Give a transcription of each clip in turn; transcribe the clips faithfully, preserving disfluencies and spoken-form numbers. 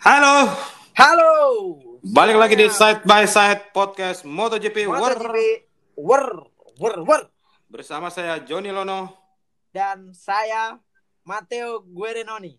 Halo, Halo, balik lagi di semuanya. Side by Side Podcast MotoGP World MotoGP Wer Wer Wer bersama saya Joni Lono. dan saya Matteo Guerenoni.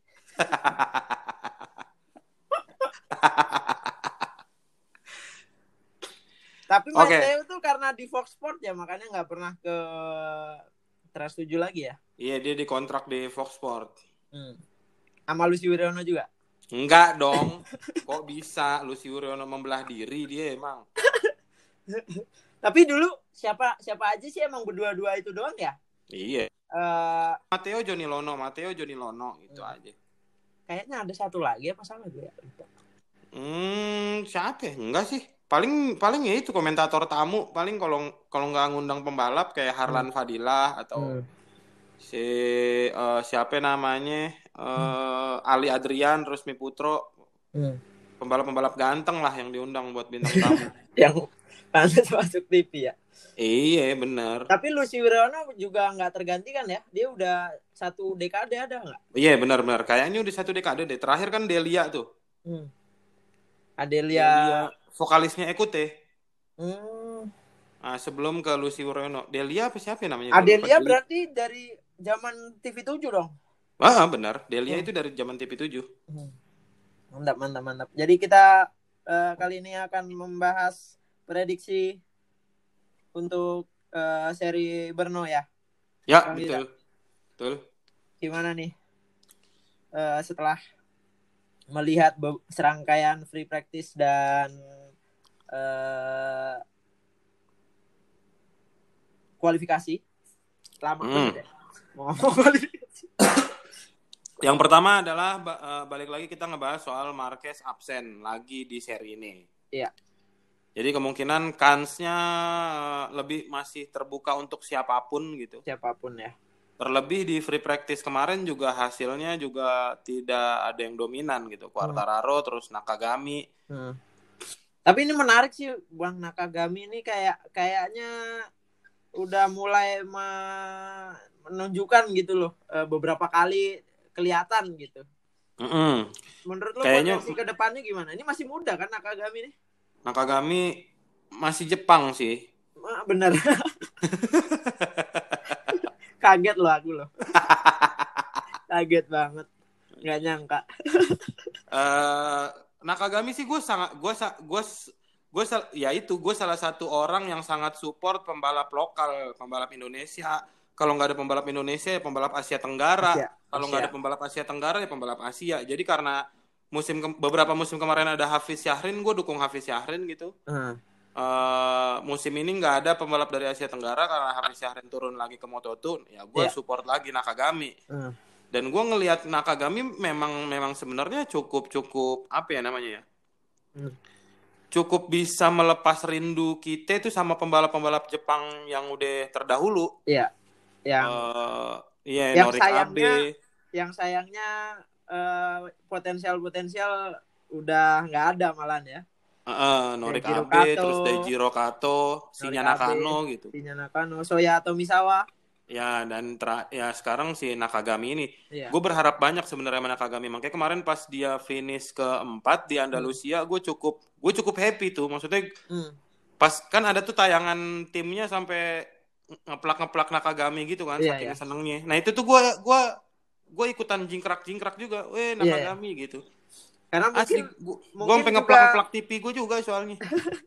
Tapi Oke. Matteo tuh karena di Fox Sport ya, makanya nggak pernah ke Trans tujuh lagi ya. Iya, dia dikontrak di Fox Sport. Hmm. Sama Lucy Wiryono juga. Enggak dong. Kok bisa Lucy Wiryono membelah diri dia emang? Tapi dulu siapa siapa aja sih emang berdua-dua itu doang ya? Iya. Uh, Matteo Joni Lono, Matteo Joni Lono itu hmm. aja. Kayaknya ada satu lagi apa salah gue ya? Hmm, siapa ya? Enggak sih. Paling paling ya itu komentator tamu. Paling kalau kalau nggak ngundang pembalap kayak Harlan hmm. Fadilah atau hmm. si uh, siapa namanya uh, hmm. Ali Adrian, Rusmi Putro, hmm. pembalap-pembalap ganteng lah yang diundang buat bintang tamu. Yang pantas masuk T V ya. Iya benar. Tapi Lucy Wiryono juga nggak tergantikan ya, dia udah satu dekade ada nggak? Iya benar-benar, kayaknya udah satu dekade deh. Terakhir kan Delia tuh. Hmm. Adelia. Delia, vokalisnya Ekute. Hmm. Nah, sebelum ke Lucy Wiryono, Delia apa siapa namanya? Adelia berarti dari zaman T V tujuh dong? Ah benar, Delia hmm. itu dari zaman T V tujuh. Hmm. Mantap, mantap, mantap. Jadi kita uh, kali ini akan membahas prediksi untuk uh, seri Brno ya. Ya, Bang betul. Tidak? Betul. Gimana nih? Uh, setelah melihat be- serangkaian free practice dan uh, kualifikasi. Lama hmm. banget ya. Mau ngomong kualifikasi. Yang pertama adalah uh, balik lagi kita ngebahas soal Marquez absen lagi di seri ini. Iya. Jadi kemungkinan kansnya lebih masih terbuka untuk siapapun gitu. Siapapun ya. Terlebih di free practice kemarin juga hasilnya juga tidak ada yang dominan gitu. Quartararo hmm. terus Nakagami. Hmm. Tapi ini menarik sih Bang, Nakagami ini kayak kayaknya udah mulai me- menunjukkan gitu loh, beberapa kali kelihatan gitu. Mm-hmm. Menurut lo kayaknya potensi ke depannya gimana? Ini masih muda kan Nakagami nih? Nakagami masih Jepang sih. Ah, bener. Kaget loh aku loh. Kaget banget. Nggak nyangka. uh, Nakagami sih gue sangat gue gue gue ya itu gue salah satu orang yang sangat support pembalap lokal, pembalap Indonesia. Kalau nggak ada pembalap Indonesia ya pembalap Asia Tenggara. Asia. Kalau nggak ada pembalap Asia Tenggara ya pembalap Asia. Jadi karena musim ke- beberapa musim kemarin ada Hafiz Syahrin, gue dukung Hafiz Syahrin gitu. Uh. Uh, musim ini nggak ada pembalap dari Asia Tenggara karena Hafiz Syahrin turun lagi ke Moto dua, ya gue yeah. support lagi Nakagami. Uh. Dan gue ngelihat Nakagami memang memang sebenarnya cukup cukup apa ya namanya ya, uh. cukup bisa melepas rindu kita itu sama pembalap-pembalap Jepang yang udah terdahulu. Iya. Yeah. Yang uh, yeah, yang Norik sayangnya, Abe. yang sayangnya uh, potensial-potensial udah nggak ada malahan ya. Uh, Norik Abe, terus Daijiro Kato, Shinya Nakano gitu. Shinya Nakano, Soya Tomisawa. Ya dan tra- ya sekarang si Nakagami ini, iya. gue berharap banyak sebenarnya sama Nakagami. Makanya kemarin pas dia finish keempat di Andalusia, hmm. gue cukup gue cukup happy tuh. Maksudnya hmm. pas kan ada tuh tayangan timnya sampai ngeplak-ngeplak Nakagami gitu kan, iya, saking iya. senengnya. Nah itu tuh gue gue gue ikutan jingkrak-jingkrak juga, weh Nakagami iya. gitu. Karena asli mungkin gue sampai juga... ngeplak-ngeplak T V gue juga soalnya.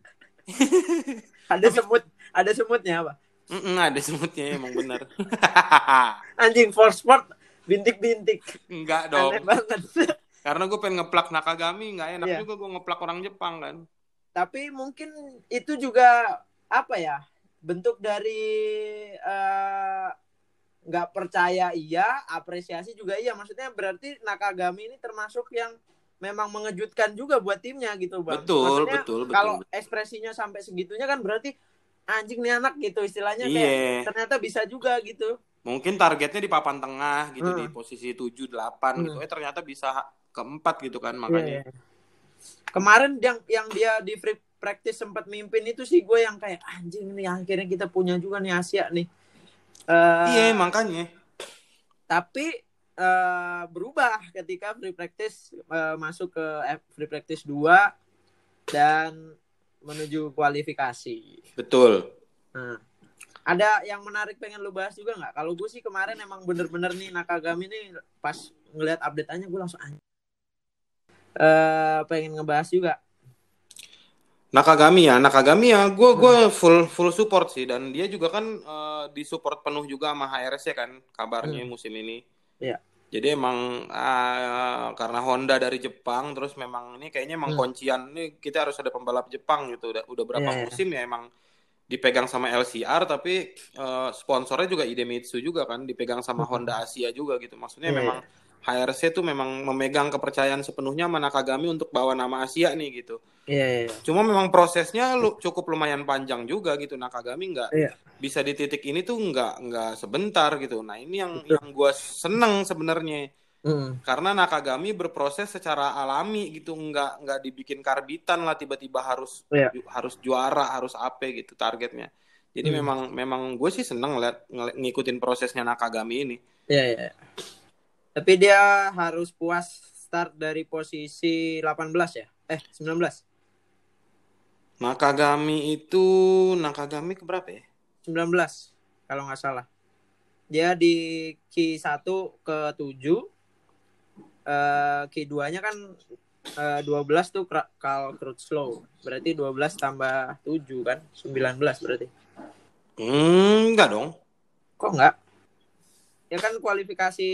ada semut, ada semutnya apa? Mm-mm, ada semutnya emang benar. Anjing for sport bintik-bintik. Enggak dong. Aneh banget. Karena gue pengen ngeplak Nakagami, nggak enak yeah. juga gue ngeplak orang Jepang kan. Tapi mungkin itu juga apa ya? Bentuk dari nggak uh, percaya iya, apresiasi juga iya. Maksudnya berarti Nakagami ini termasuk yang memang mengejutkan juga buat timnya gitu Bang. Betul, maksudnya, betul, betul. Kalau ekspresinya sampai segitunya kan berarti anjing nih anak gitu istilahnya kayak Iye. ternyata bisa juga gitu. Mungkin targetnya di papan tengah gitu hmm. di posisi tujuh delapan hmm. gitu. Eh ternyata bisa keempat gitu kan makanya. Yeah. Kemarin yang yang dia di free practice sempat mimpin itu sih gue yang kayak anjing nih akhirnya kita punya juga nih Asia nih. Uh, iya makanya. Tapi uh, berubah ketika free practice uh, masuk ke free practice dua dan menuju kualifikasi. Betul. Nah, ada yang menarik pengen lu bahas juga nggak? Kalau gue sih kemarin emang bener-bener nih Nakagami nih pas ngelihat update-nya gue langsung anjing. Uh, pengen ngebahas juga. Nakagami ya, Nakagami ya, gue gue full full support sih, dan dia juga kan uh, disupport penuh juga sama H R S ya kan kabarnya hmm. musim ini. Iya. Jadi emang uh, karena Honda dari Jepang, terus memang ini kayaknya emang hmm. kuncian nih kita harus ada pembalap Jepang gitu. Udah udah berapa yeah, musim yeah. ya emang dipegang sama L C R, tapi uh, sponsornya juga Idemitsu juga kan, dipegang sama hmm. Honda Asia juga gitu. Maksudnya yeah, memang yeah. H R C tuh memang memegang kepercayaan sepenuhnya sama Nakagami untuk bawa nama Asia nih gitu. Iya, yeah, yeah. Cuma memang prosesnya lu, cukup lumayan panjang juga gitu. Nakagami nggak yeah. bisa di titik ini tuh nggak nggak sebentar gitu. Nah ini yang Betul. yang gue seneng sebenarnya. Mm. Karena Nakagami berproses secara alami gitu, nggak nggak dibikin karbitan lah tiba-tiba harus yeah. ju, harus juara, harus apa gitu targetnya. Jadi mm. memang memang gue sih seneng ngeliat ng- ngikutin prosesnya Nakagami ini. Iya yeah, iya. Yeah. Tapi dia harus puas start dari posisi delapan belas ya? Eh, sembilan belas. Nakagami itu Nakagami ke berapa ya? sembilan belas kalau nggak salah. Dia di Q satu ke tujuh. Uh, Q dua-nya kan uh, dua belas tuh Carl Crutchlow. Berarti dua belas tambah tujuh kan? sembilan belas berarti. Hmm, enggak dong. Kok enggak? Ya kan kualifikasi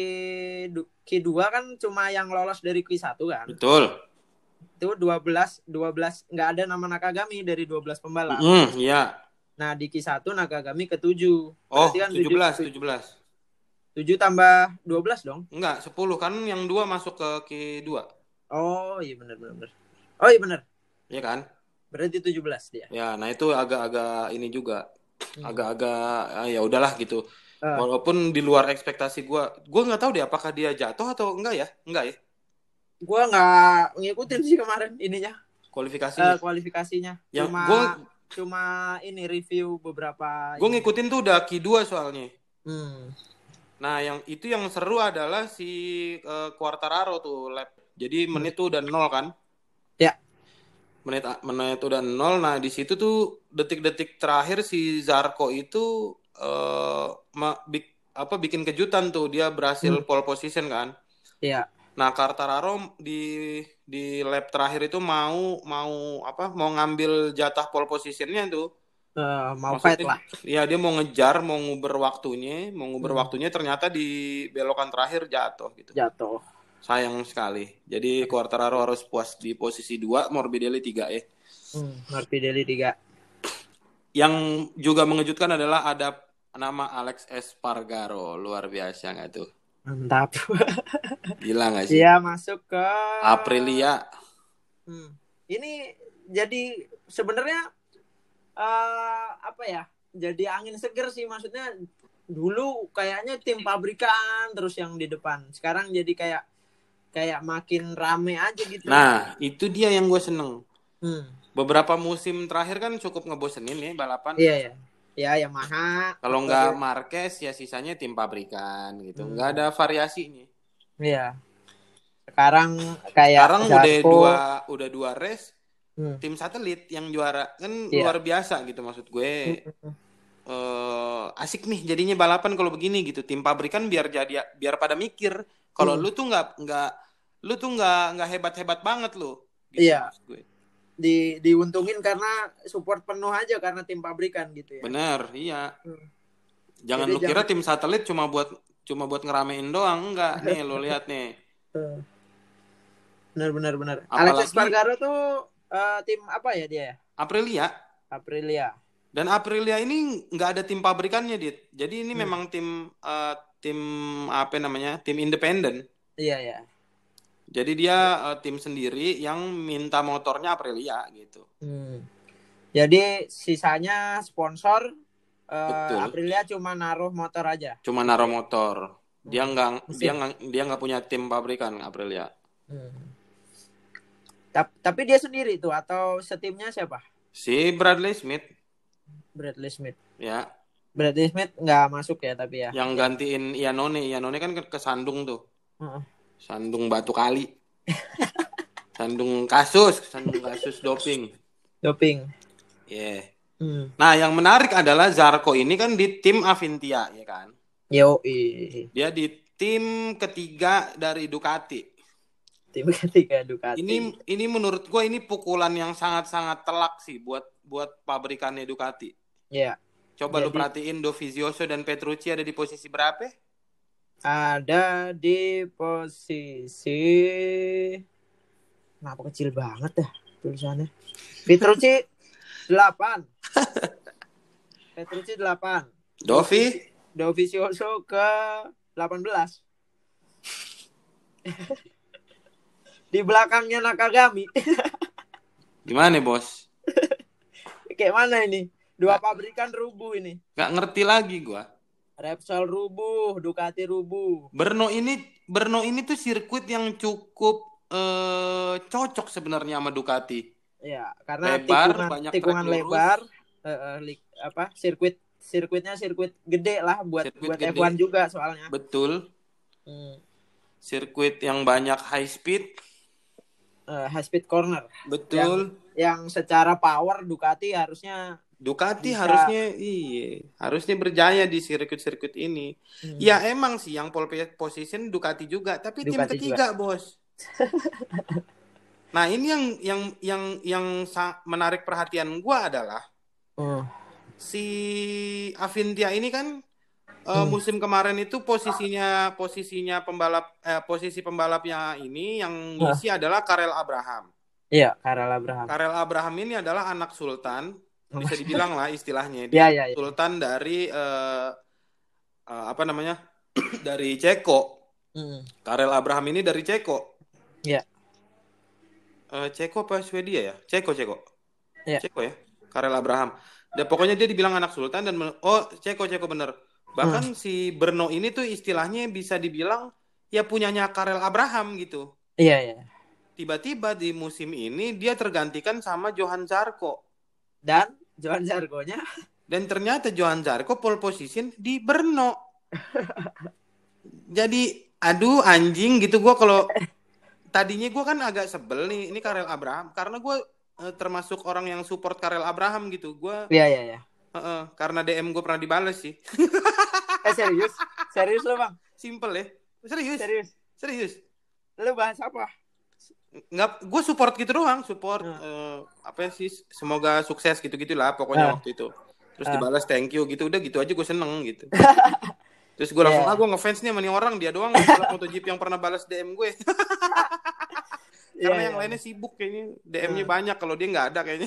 Q dua kan cuma yang lolos dari Q satu kan? Betul. Itu dua belas dua belas enggak ada nama Nakagami dari dua belas pembalap. Hmm, iya. Nah, di Q satu Nakagami ke tujuh. Oh, kan tujuh belas, tujuh belas. tujuh tambah dua belas dong? Enggak, sepuluh kan yang dua masuk ke Q dua. Oh, iya benar benar benar. Oh, iya benar. Iya kan? Berarti tujuh belas dia. Ya, nah itu agak-agak ini juga. Hmm. Agak-agak ah, ya udahlah gitu. Uh. Walaupun di luar ekspektasi gue, gue nggak tahu deh apakah dia jatuh atau enggak ya, enggak ya? Gue nggak ngikutin sih kemarin ininya. Kualifikasinya. Uh, kualifikasinya. Yang cuma gua, cuma ini review beberapa. Gue ngikutin tuh udah Q dua soalnya. Hmm. Nah yang itu yang seru adalah si uh, Quartararo tuh lap. Jadi menit tuh udah nol kan? Ya. Menit menit udah nol. Nah di situ tuh detik-detik terakhir si Zarco itu Uh, ma, bik, apa bikin kejutan tuh, dia berhasil hmm. pole position kan. Iya. Nah Quartararo di di lap terakhir itu mau mau apa mau ngambil jatah pole positionnya tuh. Uh, mau Maksudnya, fight lah. Iya dia mau ngejar, mau nguber waktunya, mau nguber hmm. waktunya ternyata di belokan terakhir jatuh gitu. Jatuh. Sayang sekali. Jadi Quartararo harus puas di posisi dua, Morbidelli tiga ya. Hmm, Morbidelli tiga. Yang juga mengejutkan adalah ada nama Alex Espargaro. Luar biasa nggak tuh? Mantap. Gila nggak sih? Dia masuk ke Aprilia. Hmm. Ini jadi sebenarnya uh, apa ya? Jadi angin seger sih, maksudnya dulu kayaknya tim pabrikan terus yang di depan. Sekarang jadi kayak kayak makin rame aja gitu. Nah, itu dia yang gue seneng. Hmm. Beberapa musim terakhir kan cukup ngebosenin nih balapan. Iya ya. Ya Yamaha. Kalau nggak Marquez ya sisanya tim pabrikan gitu. Hmm. Nggak ada variasinya. Iya. Sekarang kayak Sekarang Zarco, udah dua udah dua race hmm. tim satelit yang juara kan iya. luar biasa gitu maksud gue. Hmm. Uh, asik nih jadinya balapan kalau begini gitu. Tim pabrikan biar jadi biar pada mikir kalau hmm. lu tuh nggak nggak lu tuh nggak nggak hebat-hebat banget lu. Gitu, iya. Maksud gue. Di diuntungin karena support penuh aja karena tim pabrikan gitu ya. Bener, iya. Hmm. Jangan Jadi lu kira jangan... tim satelit cuma buat cuma buat ngeramein doang, enggak. Nih lu lihat nih. Bener bener bener. Apalagi... Alex Espargaro tuh uh, tim apa ya dia? Aprilia. Aprilia. Dan Aprilia ini nggak ada tim pabrikannya, Dit. Jadi ini hmm. memang tim uh, tim apa namanya? Tim independen. Iya ya. Jadi dia uh, tim sendiri yang minta motornya Aprilia gitu. Hmm. Jadi sisanya sponsor uh, Aprilia cuma naruh motor aja. Cuma naruh motor. Dia nggak hmm. dia nggak dia nggak punya tim pabrikan Aprilia. Hmm. Ta- tapi dia sendiri tuh atau setimnya siapa? Si Bradley Smith. Bradley Smith. Ya. Bradley Smith nggak masuk ya tapi ya. Yang gantiin Iannone. Iannone kan kesandung tuh. Heeh. Sandung batu kali. Sandung kasus, sandung kasus doping. Doping. Iya. Yeah. Hmm. Nah, yang menarik adalah Zarko ini kan di tim Avintia, ya kan? Yo, dia di tim ketiga dari Ducati. Tim ketiga Ducati. Ini ini menurut gue ini pukulan yang sangat-sangat telak sih buat buat pabrikannya Ducati. Iya. Coba Jadi, lu perhatiin Dovizioso dan Petrucci ada di posisi berapa? Ada di posisi, kenapa kecil banget dah tulisannya? Petrucci delapan. Petrucci delapan. Dovi? Dovizioso ke delapan belas. Di belakangnya Nakagami. Gimana, Bos? Kayak mana ini? Dua pabrikan rubuh ini. Gak ngerti lagi gua. Repsol rubuh, Ducati rubuh. Brno ini Brno ini tuh sirkuit yang cukup eh, cocok sebenarnya sama Ducati. Ya, karena lebar, tikungan, banyak tikungan trek lurus. lebar, uh, uh, li, apa sirkuit sirkuitnya sirkuit gede lah buat Sirkuit buat gede. F satu juga soalnya. Betul. Hmm. Sirkuit yang banyak high speed. Uh, high speed corner. Betul. Yang, yang secara power Ducati harusnya Ducati bisa... harusnya iya, harusnya berjaya di sirkuit-sirkuit ini. Hmm. Ya emang sih yang pole position Ducati juga, tapi Ducati tim ketiga, juga. Bos. Nah, ini yang yang yang yang menarik perhatian gua adalah hmm. si Avintia ini kan uh, hmm. musim kemarin itu posisinya posisinya pembalap eh, posisi pembalapnya ini yang ngisi huh. adalah Karel Abraham. Iya, Karel Abraham. Karel Abraham ini adalah anak sultan, bisa dibilang lah istilahnya dia ya, ya, ya. sultan dari uh, uh, apa namanya dari Ceko. Hmm. Karel Abraham ini dari Ceko. Iya. Uh, Ceko apa Swedia ya? Ceko Ceko. Ya. Ceko ya. Karel Abraham. Dan pokoknya dia dibilang anak sultan dan men- oh Ceko Ceko bener. Bahkan hmm. si Brno ini tuh istilahnya bisa dibilang ya punyanya Karel Abraham gitu. Iya ya. Tiba-tiba di musim ini dia tergantikan sama Johan Zarco. Dan Johan Zarco-nya dan ternyata Johan Zarco pole position di Brno. Jadi aduh anjing gitu gue kalau tadinya gue kan agak sebel nih ini Karel Abraham karena gue eh, termasuk orang yang support Karel Abraham gitu. Gue Iya iya iya. Uh, karena D M gue pernah dibales sih. Eh serius? Serius lo bang? Simple ya. Serius. Serius. Serius. Lo bahas apa? Nggak, gue support gitu doang, support hmm. uh, apa sih, semoga sukses gitu-gitulah pokoknya uh. waktu itu. Terus uh. dibalas thank you gitu, udah gitu aja gue seneng gitu. Terus gue langsung yeah. ah gue ngefans nih sama nih orang, dia doang balap MotoGP yang pernah balas D M gue. Karena yeah, yang yeah. lainnya sibuk kayaknya, D M-nya uh. banyak, kalau dia nggak ada kayaknya.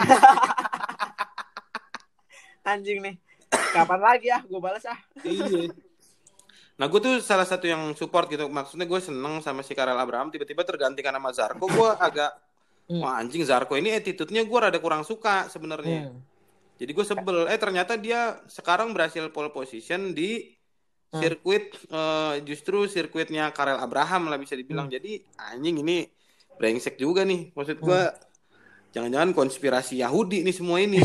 Anjing nih, kapan lagi ya gue balas ah. Iya. Nah gue tuh salah satu yang support gitu, maksudnya gue seneng sama si Karel Abraham, tiba-tiba tergantikan sama Zarco, gue agak hmm. wah anjing Zarco ini attitude-nya gue rada kurang suka sebenarnya. Hmm. Jadi gue sebel, eh ternyata dia sekarang berhasil pole position di hmm. sirkuit uh, justru sirkuitnya Karel Abraham lah bisa dibilang. Hmm. Jadi anjing ini brengsek juga nih, maksud gue hmm. jangan-jangan konspirasi Yahudi nih semua ini.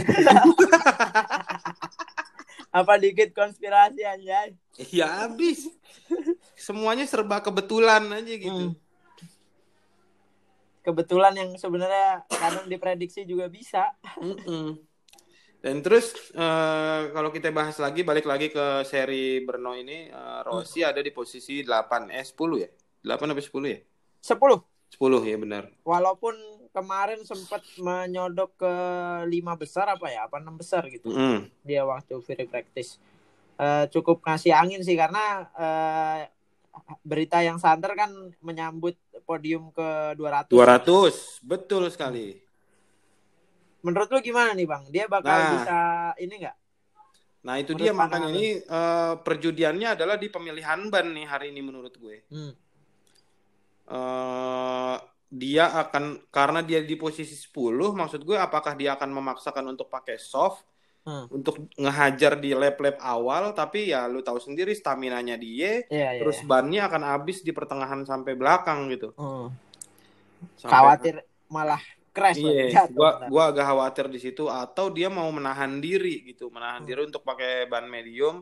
Apa dikit konspirasi anjay. Ya habis. Semuanya serba kebetulan aja gitu. Hmm. Kebetulan yang sebenarnya kadang diprediksi juga bisa. Mm-mm. Dan terus uh, kalau kita bahas lagi, balik lagi ke seri Brno ini, uh, Rossi hmm. ada di posisi delapan, eh sepuluh ya? delapan sampai sepuluh ya? sepuluh. sepuluh ya benar. Walaupun kemarin sempat menyodok ke lima besar apa ya, apa enam besar gitu. Mm. Dia waktu free practice. Uh, cukup ngasih angin sih karena uh, berita yang santer kan menyambut podium ke dua ratus. dua ratus, betul sekali. Menurut lu gimana nih Bang? Dia bakal nah, bisa ini enggak? Nah itu menurut dia makanya ini uh, perjudiannya adalah di pemilihan ban nih hari ini menurut gue. Hmm. Uh, dia akan, karena dia di posisi sepuluh, maksud gue apakah dia akan memaksakan untuk pakai soft hmm. untuk ngehajar di lap-lap awal, tapi ya lu tahu sendiri staminanya dia, yeah, terus yeah. bannya akan habis di pertengahan sampai belakang gitu. Hmm. Sampai khawatir malah crash. Iya, gua gua agak khawatir di situ, atau dia mau menahan diri gitu, menahan hmm. diri untuk pakai ban medium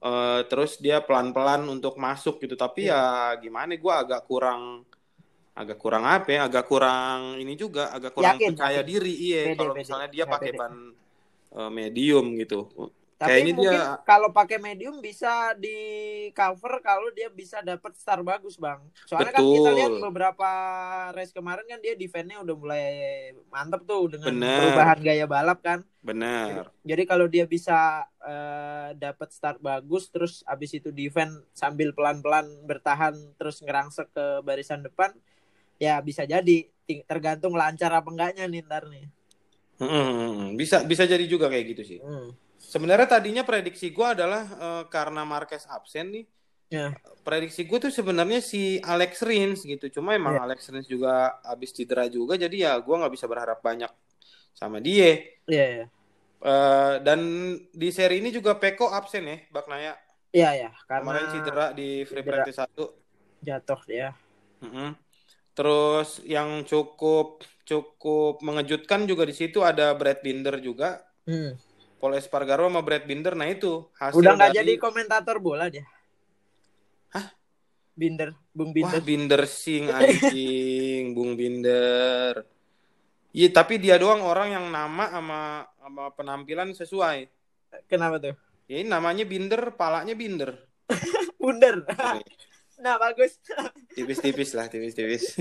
Uh, terus dia pelan-pelan untuk masuk gitu, tapi yeah. ya gimana, gue agak kurang, agak kurang apa ya, agak kurang ini juga, agak kurang yakin, percaya yakin. diri, iya kalau misalnya dia pakai ban uh, medium gitu. Tapi kayaknya mungkin dia... kalau pakai medium bisa di cover kalau dia bisa dapat start bagus bang. Soalnya Betul. kan kita lihat beberapa race kemarin kan dia defense-nya udah mulai mantep tuh dengan Bener. perubahan gaya balap kan. Benar. Jadi, jadi kalau dia bisa uh, dapat start bagus terus abis itu defense sambil pelan-pelan bertahan terus ngerangsek ke barisan depan, ya bisa jadi tergantung lancar apa enggaknya nih ntar nih. Hmm, bisa bisa jadi juga kayak gitu sih. Hmm. Sebenarnya tadinya prediksi gue adalah uh, karena Marquez absen nih. Yeah. Prediksi gue tuh sebenarnya si Alex Rins gitu. Cuma emang yeah. Alex Rins juga habis cedera juga, jadi ya gue nggak bisa berharap banyak sama dia. Iya. Yeah, yeah. uh, dan di seri ini juga Peko absen ya, Bak Naya. Iya yeah, ya. Yeah. Karena kemarin cedera di free cedera. practice satu. Jatuh ya. Mm-hmm. Terus yang cukup cukup mengejutkan juga di situ ada Brad Binder juga. Hmm. Paul Espargaro sama Brad Binder, nah itu hasil udah nggak dari... jadi komentator bola dia. Hah? Binder, Bung Binder. Wah, Binder sing anjing, Bung Binder. Iya, tapi dia doang orang yang nama sama sama penampilan sesuai. Kenapa tuh? Ya, namanya Binder, palanya Binder. Bunder. Nah, bagus. Tipis-tipis lah, tipis-tipis.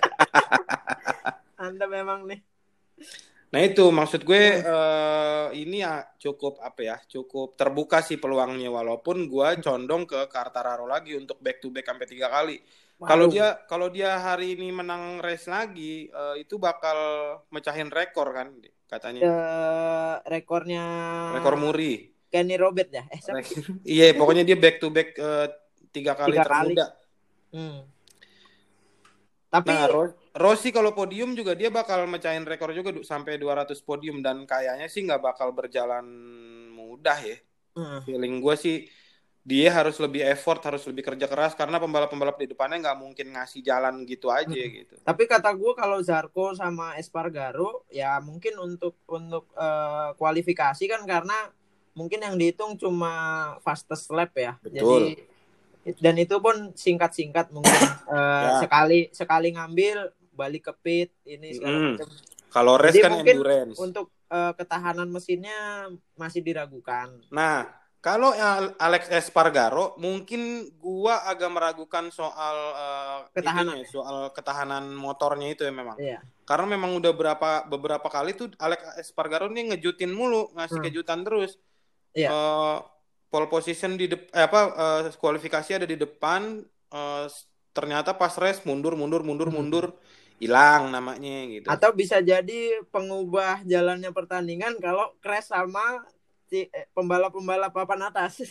Anda memang nih. Nah itu maksud gue uh, ini ya cukup apa ya cukup terbuka sih peluangnya, walaupun gue condong ke Quartararo lagi untuk back to back sampai tiga kali. Kalau dia kalau dia hari ini menang race lagi uh, itu bakal mecahin rekor kan katanya. Uh, rekornya rekor muri. Kenny Robert ya? Eh, iya pokoknya dia back to back uh, tiga kali tiga termuda. Kali. Hmm. Tapi nah, Ro- Rossi kalau podium juga dia bakal mecahin rekor juga sampai dua ratus podium, dan kayaknya sih nggak bakal berjalan mudah ya. Hmm. Feeling gue sih dia harus lebih effort, harus lebih kerja keras karena pembalap-pembalap di depannya nggak mungkin ngasih jalan gitu aja hmm. gitu. Tapi kata gue kalau Zarco sama Espargaro ya mungkin untuk untuk uh, kualifikasi kan karena mungkin yang dihitung cuma fastest lap ya. Betul. Jadi dan itu pun singkat-singkat mungkin uh, ya. sekali sekali ngambil balik ke pit ini segala mm. macam. Kalau race kan endurance. Untuk uh, ketahanan mesinnya masih diragukan. Nah, kalau Alex Espargaro mungkin gua agak meragukan soal uh, ketahanan itunya, soal ketahanan motornya itu ya memang. Iya. Karena memang udah berapa beberapa kali tuh Alex Espargaro nih ngejutin mulu, ngasih hmm. kejutan terus. Iya. Uh, pole position di dep- eh, apa uh, kualifikasi ada di depan, uh, ternyata pas race mundur mundur mundur hmm. mundur hilang namanya gitu. Atau bisa jadi pengubah jalannya pertandingan kalau crash sama si eh, pembalap-pembalap papan atas.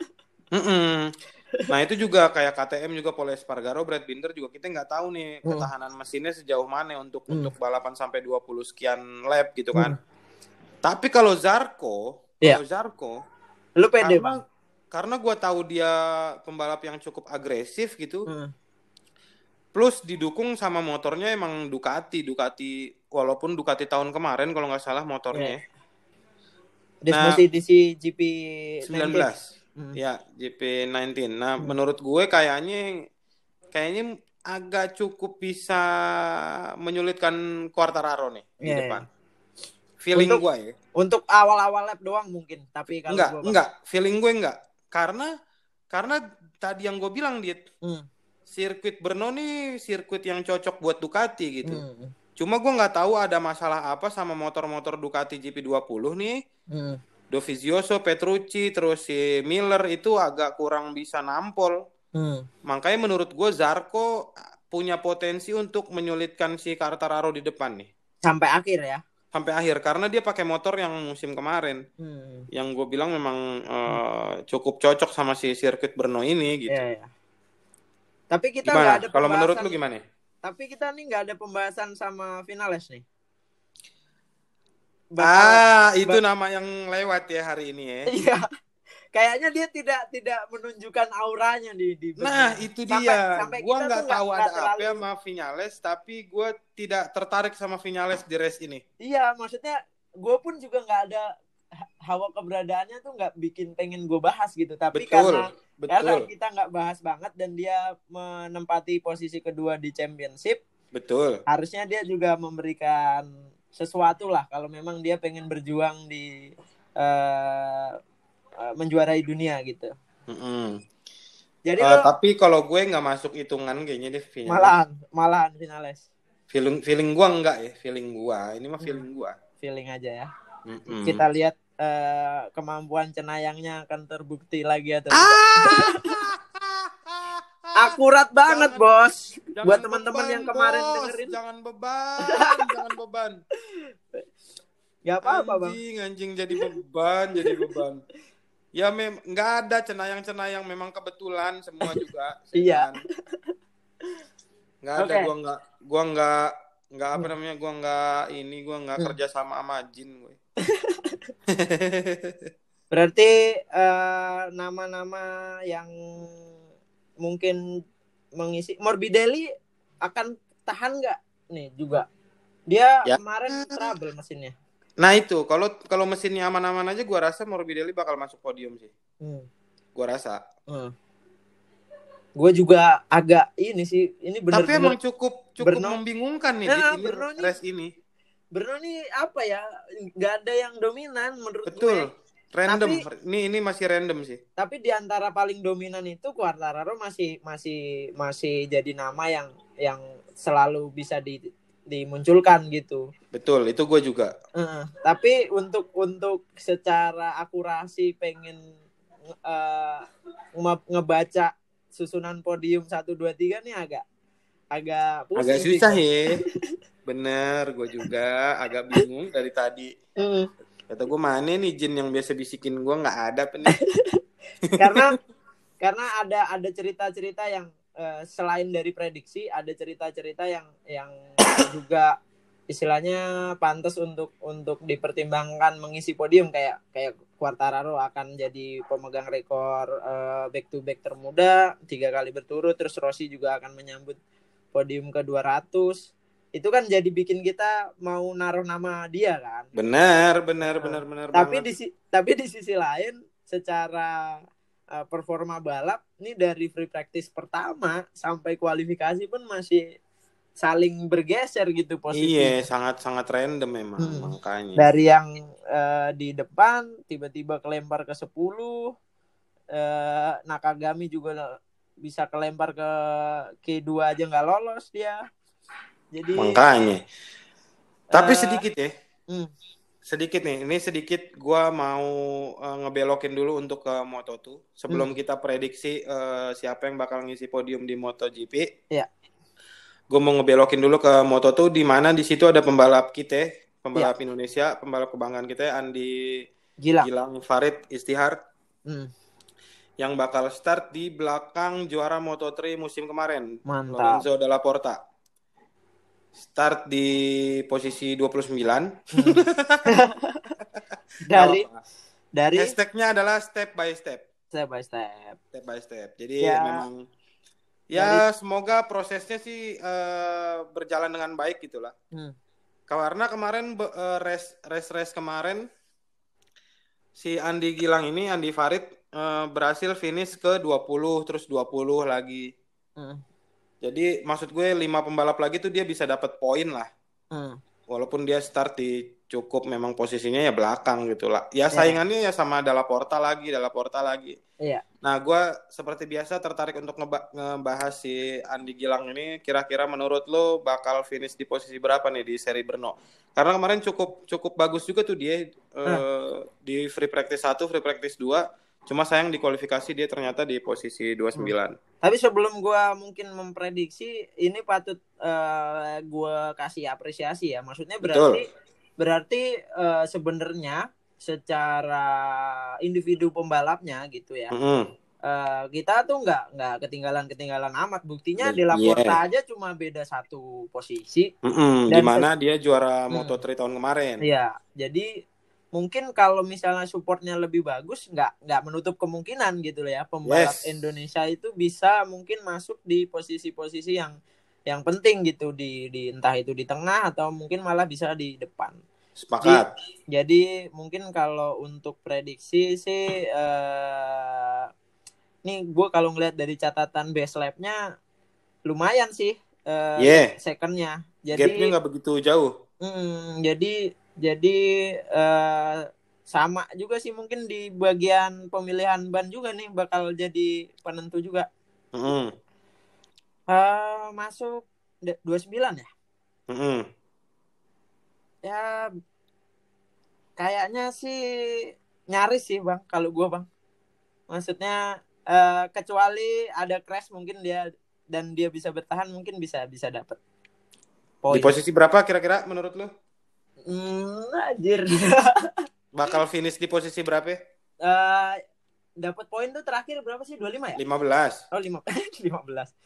Nah itu juga kayak K T M juga Paul Espargaro, Brad Binder juga kita nggak tahu nih hmm. ketahanan mesinnya sejauh mana untuk hmm. untuk balapan sampai dua puluh sekian lap gitu kan. Hmm. Tapi kalau Zarco, yeah. kalau Zarco lu pede karena, bang? Karena gue tahu dia pembalap yang cukup agresif gitu. Hmm. Plus didukung sama motornya emang Ducati. Ducati walaupun Ducati tahun kemarin kalau nggak salah motornya. Yeah. Nah, di si G P sembilan belas. Hmm. Ya, G P sembilan belas. Nah, hmm. menurut gue kayaknya kayaknya agak cukup bisa menyulitkan Quartararo nih yeah, di depan. Yeah. Feeling gue ya. Untuk awal-awal lap doang mungkin, tapi kalau enggak, gua enggak, feeling gue enggak. Karena karena tadi yang gue bilang dia hmm. sirkuit Brno nih sirkuit yang cocok buat Ducati gitu. Hmm. Cuma gue nggak tahu ada masalah apa sama motor-motor Ducati G P dua puluh nih. Hmm. Dovizioso, Petrucci, terus si Miller itu agak kurang bisa nampol. Hmm. Makanya menurut gue Zarco punya potensi untuk menyulitkan si Quartararo di depan nih. Sampai akhir ya. Sampai akhir karena dia pakai motor yang musim kemarin hmm. yang gue bilang memang uh, hmm. cukup cocok sama si sirkuit Brno ini gitu. Ya, ya. Tapi kita nggak ada kalau menurut lu gimana? Tapi kita nih nggak ada pembahasan sama finalis nih. Bakal, ah itu bak- nama yang lewat ya hari ini ya. Iya. Kayaknya dia tidak tidak menunjukkan auranya di di. Nah itu dia. Gue nggak tahu ada apa terlalu... sama Viñales, tapi gue tidak tertarik sama Viñales di race ini. Iya, maksudnya gue pun juga nggak ada hawa keberadaannya tuh nggak bikin pengen gue bahas gitu. Tapi Betul, karena betul. karena kita nggak bahas banget dan dia menempati posisi kedua di championship, betul. Harusnya dia juga memberikan sesuatu lah kalau memang dia pengen berjuang di uh, uh, menjuarai dunia gitu. Mm-mm. Jadi Uh, lo tapi kalau gue nggak masuk hitungan kayaknya deh finalis. malahan malahan finalis. Feeling feeling gue enggak ya, feeling gue. Ini mah feeling gue. Feeling aja ya. Mm-mm. Kita lihat uh, kemampuan Cenayangnya akan terbukti lagi atau ah! tidak. Akurat banget, jangan, Bos. Jangan Buat teman-teman yang kemarin bos. dengerin. Jangan beban, jangan beban. Gak apa-apa, Bang. Anjing, anjing jadi beban, jadi beban. Ya mem nggak ada cenayang-cenayang, memang kebetulan semua juga. Iya. Nggak ada, okay. gua nggak, gua nggak, nggak apa namanya, gua nggak ini, gua nggak hmm. kerja sama sama jin, gue. Berarti uh, nama-nama yang mungkin mengisi Morbidelli akan tahan nggak nih juga? Dia ya. Kemarin trouble mesinnya. Nah itu, kalau kalau mesinnya aman-aman aja, gua rasa Morbidelli bakal masuk podium sih. Hmm. Gua rasa. Hmm. Gue juga agak ini sih, ini benar. Tapi emang cukup cukup Berno, membingungkan nih nah, di ini, race ini. Brno nih apa ya? Nggak ada yang dominan menurut Betul. gue. Random. Tapi, ini ini masih random sih. Tapi di antara paling dominan itu Quartararo masih masih masih jadi nama yang yang selalu bisa di dimunculkan gitu. Betul, itu gue juga. Uh, tapi untuk untuk secara akurasi pengen uh, ngebaca susunan podium satu dua tiga nih agak agak pusing. Agak susah ya. Bener, gue juga agak bingung dari tadi. Uh. Kata gue, mana nih jin yang biasa bisikin gue, nggak ada nih. karena karena ada ada cerita-cerita yang Uh, selain dari prediksi, ada cerita-cerita yang yang juga istilahnya pantas untuk untuk dipertimbangkan mengisi podium, kayak kayak Quartararo akan jadi pemegang rekor uh, back to back termuda tiga kali berturut, terus Rossi juga akan menyambut podium ke dua ratus. Itu kan jadi bikin kita mau naruh nama dia kan. Benar, benar, nah, benar, benar. Tapi banget. di tapi di sisi lain secara Uh, performa balap ini dari free practice pertama sampai kualifikasi pun masih saling bergeser gitu posisi. Iya, sangat-sangat random memang hmm. makanya. Dari yang uh, di depan tiba-tiba kelempar ke sepuluh, uh, Nakagami juga bisa kelempar ke Q dua aja nggak lolos dia. Jadi makanya. Tapi uh, sedikit ya. Hmm. Sedikit nih, ini sedikit gue mau uh, ngebelokin dulu untuk ke Moto dua sebelum hmm. kita prediksi uh, siapa yang bakal ngisi podium di MotoGP. Iya. Gue mau ngebelokin dulu ke Moto dua, di mana di situ ada pembalap kita, pembalap ya. Indonesia, pembalap kebanggaan kita, Andi Gilang, Gilang Farid Istihar, hmm. yang bakal start di belakang juara Moto tiga musim kemarin, Mantap. Lorenzo Dalla Porta. Start di posisi dua puluh sembilan. Hmm. dari dari hashtagnya adalah step by step. Step by step. Step by step. Jadi ya, memang ya dari... semoga prosesnya sih uh, berjalan dengan baik gitulah. Hmm. Karena kemarin uh, race race race kemarin si Andi Gilang ini, Andi Farid uh, berhasil finish ke dua puluh terus dua puluh lagi. Hmm. Jadi maksud gue lima pembalap lagi tuh dia bisa dapat poin lah. Hmm. Walaupun dia start di cukup memang posisinya ya belakang gitu lah. Ya saingannya yeah. ya sama Dalla Porta lagi, Dalla Porta lagi. Iya. Yeah. Nah gue seperti biasa tertarik untuk ngeba- ngebahas si Andi Gilang ini. Kira-kira menurut lo bakal finish di posisi berapa nih di seri Brno? Karena kemarin cukup cukup bagus juga tuh dia hmm. uh, di free practice satu, free practice dua. Cuma sayang di kualifikasi dia ternyata di posisi dua puluh sembilan. Hmm. Tapi sebelum gue mungkin memprediksi, ini patut uh, gue kasih apresiasi ya. Maksudnya berarti Betul. berarti uh, sebenarnya secara individu pembalapnya gitu ya. Mm-hmm. Uh, kita tuh nggak nggak ketinggalan ketinggalan amat. Buktinya di Dalla Porta yeah. aja cuma beda satu posisi. Mm-hmm. Di mana ses- dia juara Moto tiga tahun kemarin. Iya, jadi mungkin kalau misalnya supportnya lebih bagus, nggak nggak menutup kemungkinan gitu ya pembalap yes. Indonesia itu bisa mungkin masuk di posisi-posisi yang yang penting gitu di, di entah itu di tengah atau mungkin malah bisa di depan. Sepakat. Jadi, jadi mungkin kalau untuk prediksi sih, uh, nih gue kalau ngeliat dari catatan base lap-nya lumayan sih uh, Yeah. second-nya. Gap-nya Jadi nggak begitu jauh. Hmm, jadi jadi uh, sama juga sih mungkin di bagian pemilihan ban juga nih bakal jadi penentu juga. Mm-hmm. Uh, masuk dua puluh sembilan ya? Mm-hmm. Ya kayaknya sih nyaris sih bang kalau gue bang. Maksudnya uh, kecuali ada crash mungkin dia dan dia bisa bertahan mungkin bisa bisa dapat poin. Di posisi berapa kira-kira menurut lu? Hmm, anjir. Bakal finish di posisi berapa? Uh, dapat poin tuh terakhir berapa sih? dua puluh lima ya? lima belas. Oh, lima belas.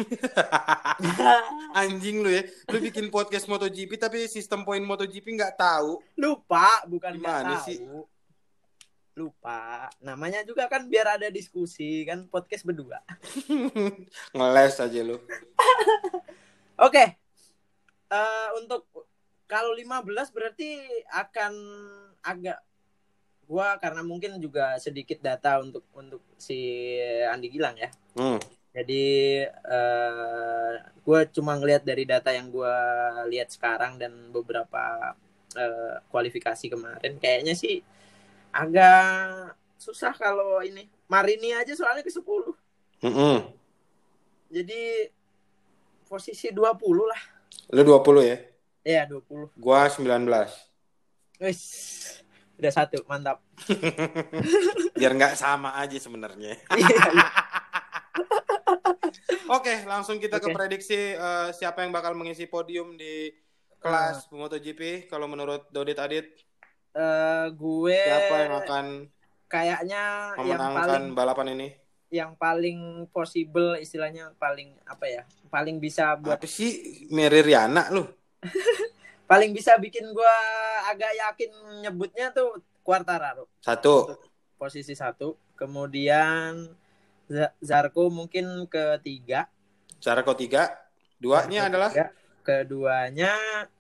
Anjing lu ya. Lu bikin podcast MotoGP tapi sistem poin MotoGP enggak tahu. Lupa, bukan enggak tahu. Sih? Lupa. Namanya juga kan biar ada diskusi kan podcast berdua. Ngeles aja lu. Oke. Okay. Uh, untuk kalau lima belas berarti akan agak gua karena mungkin juga sedikit data untuk untuk si Andi Gilang ya. Hmm. Jadi uh, gue cuma ngelihat dari data yang gue lihat sekarang dan beberapa uh, kualifikasi kemarin, kayaknya sih agak susah kalau ini. Marini aja soalnya ke sepuluh. Mm-hmm. Jadi posisi dua puluh lah. Lu dua puluh ya? Iya, dua puluh. Gua sembilan belas. Wis. Udah satu, mantap. Biar nggak sama aja sebenarnya. Oke, langsung kita okay. ke prediksi uh, siapa yang bakal mengisi podium di kelas uh. MotoGP kalau menurut Dodit Adit. Uh, gue siapa yang akan kayaknya memenangkan yang paling, balapan ini? Yang paling possible istilahnya paling apa ya? Paling bisa buat apa sih Meririana lu? Paling bisa bikin gue agak yakin nyebutnya tuh Quartararo. Satu. Posisi satu. Kemudian Zarco mungkin ketiga. Zarco tiga. Duanya Zarco adalah? Tiga. Keduanya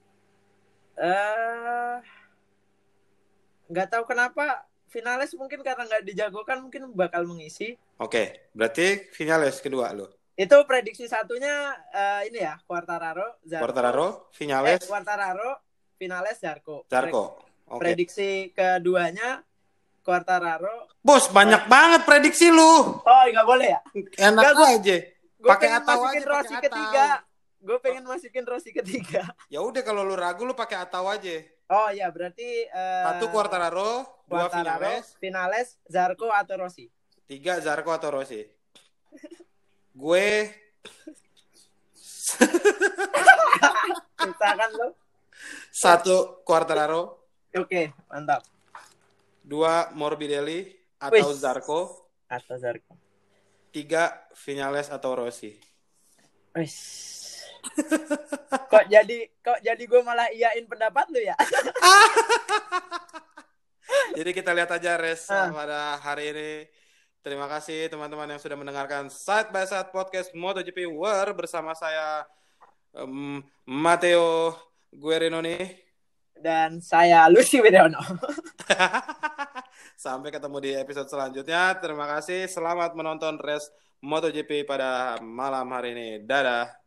eh nggak tahu kenapa Vinales mungkin karena nggak dijagokan mungkin bakal mengisi. Oke, berarti Vinales kedua lo. Itu prediksi satunya uh, ini ya, Quartararo, Zarco. Quartararo, Vinales. Eh, Quartararo, Vinales, Zarco. Zarco. Okay. Prediksi keduanya Quartararo. Bos, banyak uh, banget prediksi lu. Oh, nggak boleh ya? Enak gak, aja. Pakai atau aja. Rossi ketiga. Gue pengen masukin Rossi ketiga. Ya udah kalau lu ragu lu pakai atau aja. Oh ya, berarti uh, satu Quartararo, dua Vinales, Vinales, Zarco atau Rossi. Tiga Zarco atau Rossi. Gue misalkan lo satu Quartararo. Oke, mantap. Dua Morbidelli atau Wish. Zarco atau Zarco. Tiga Vinales atau Rossi. Wis. Kok jadi kok jadi gue malah iyain pendapat lu ya? Jadi kita lihat aja res ah. pada hari ini. Terima kasih teman-teman yang sudah mendengarkan Side by Side Podcast MotoGP War bersama saya um, Matteo Guerinoni dan saya Lucy Widono. Sampai ketemu di episode selanjutnya. Terima kasih. Selamat menonton race MotoGP pada malam hari ini. Dadah.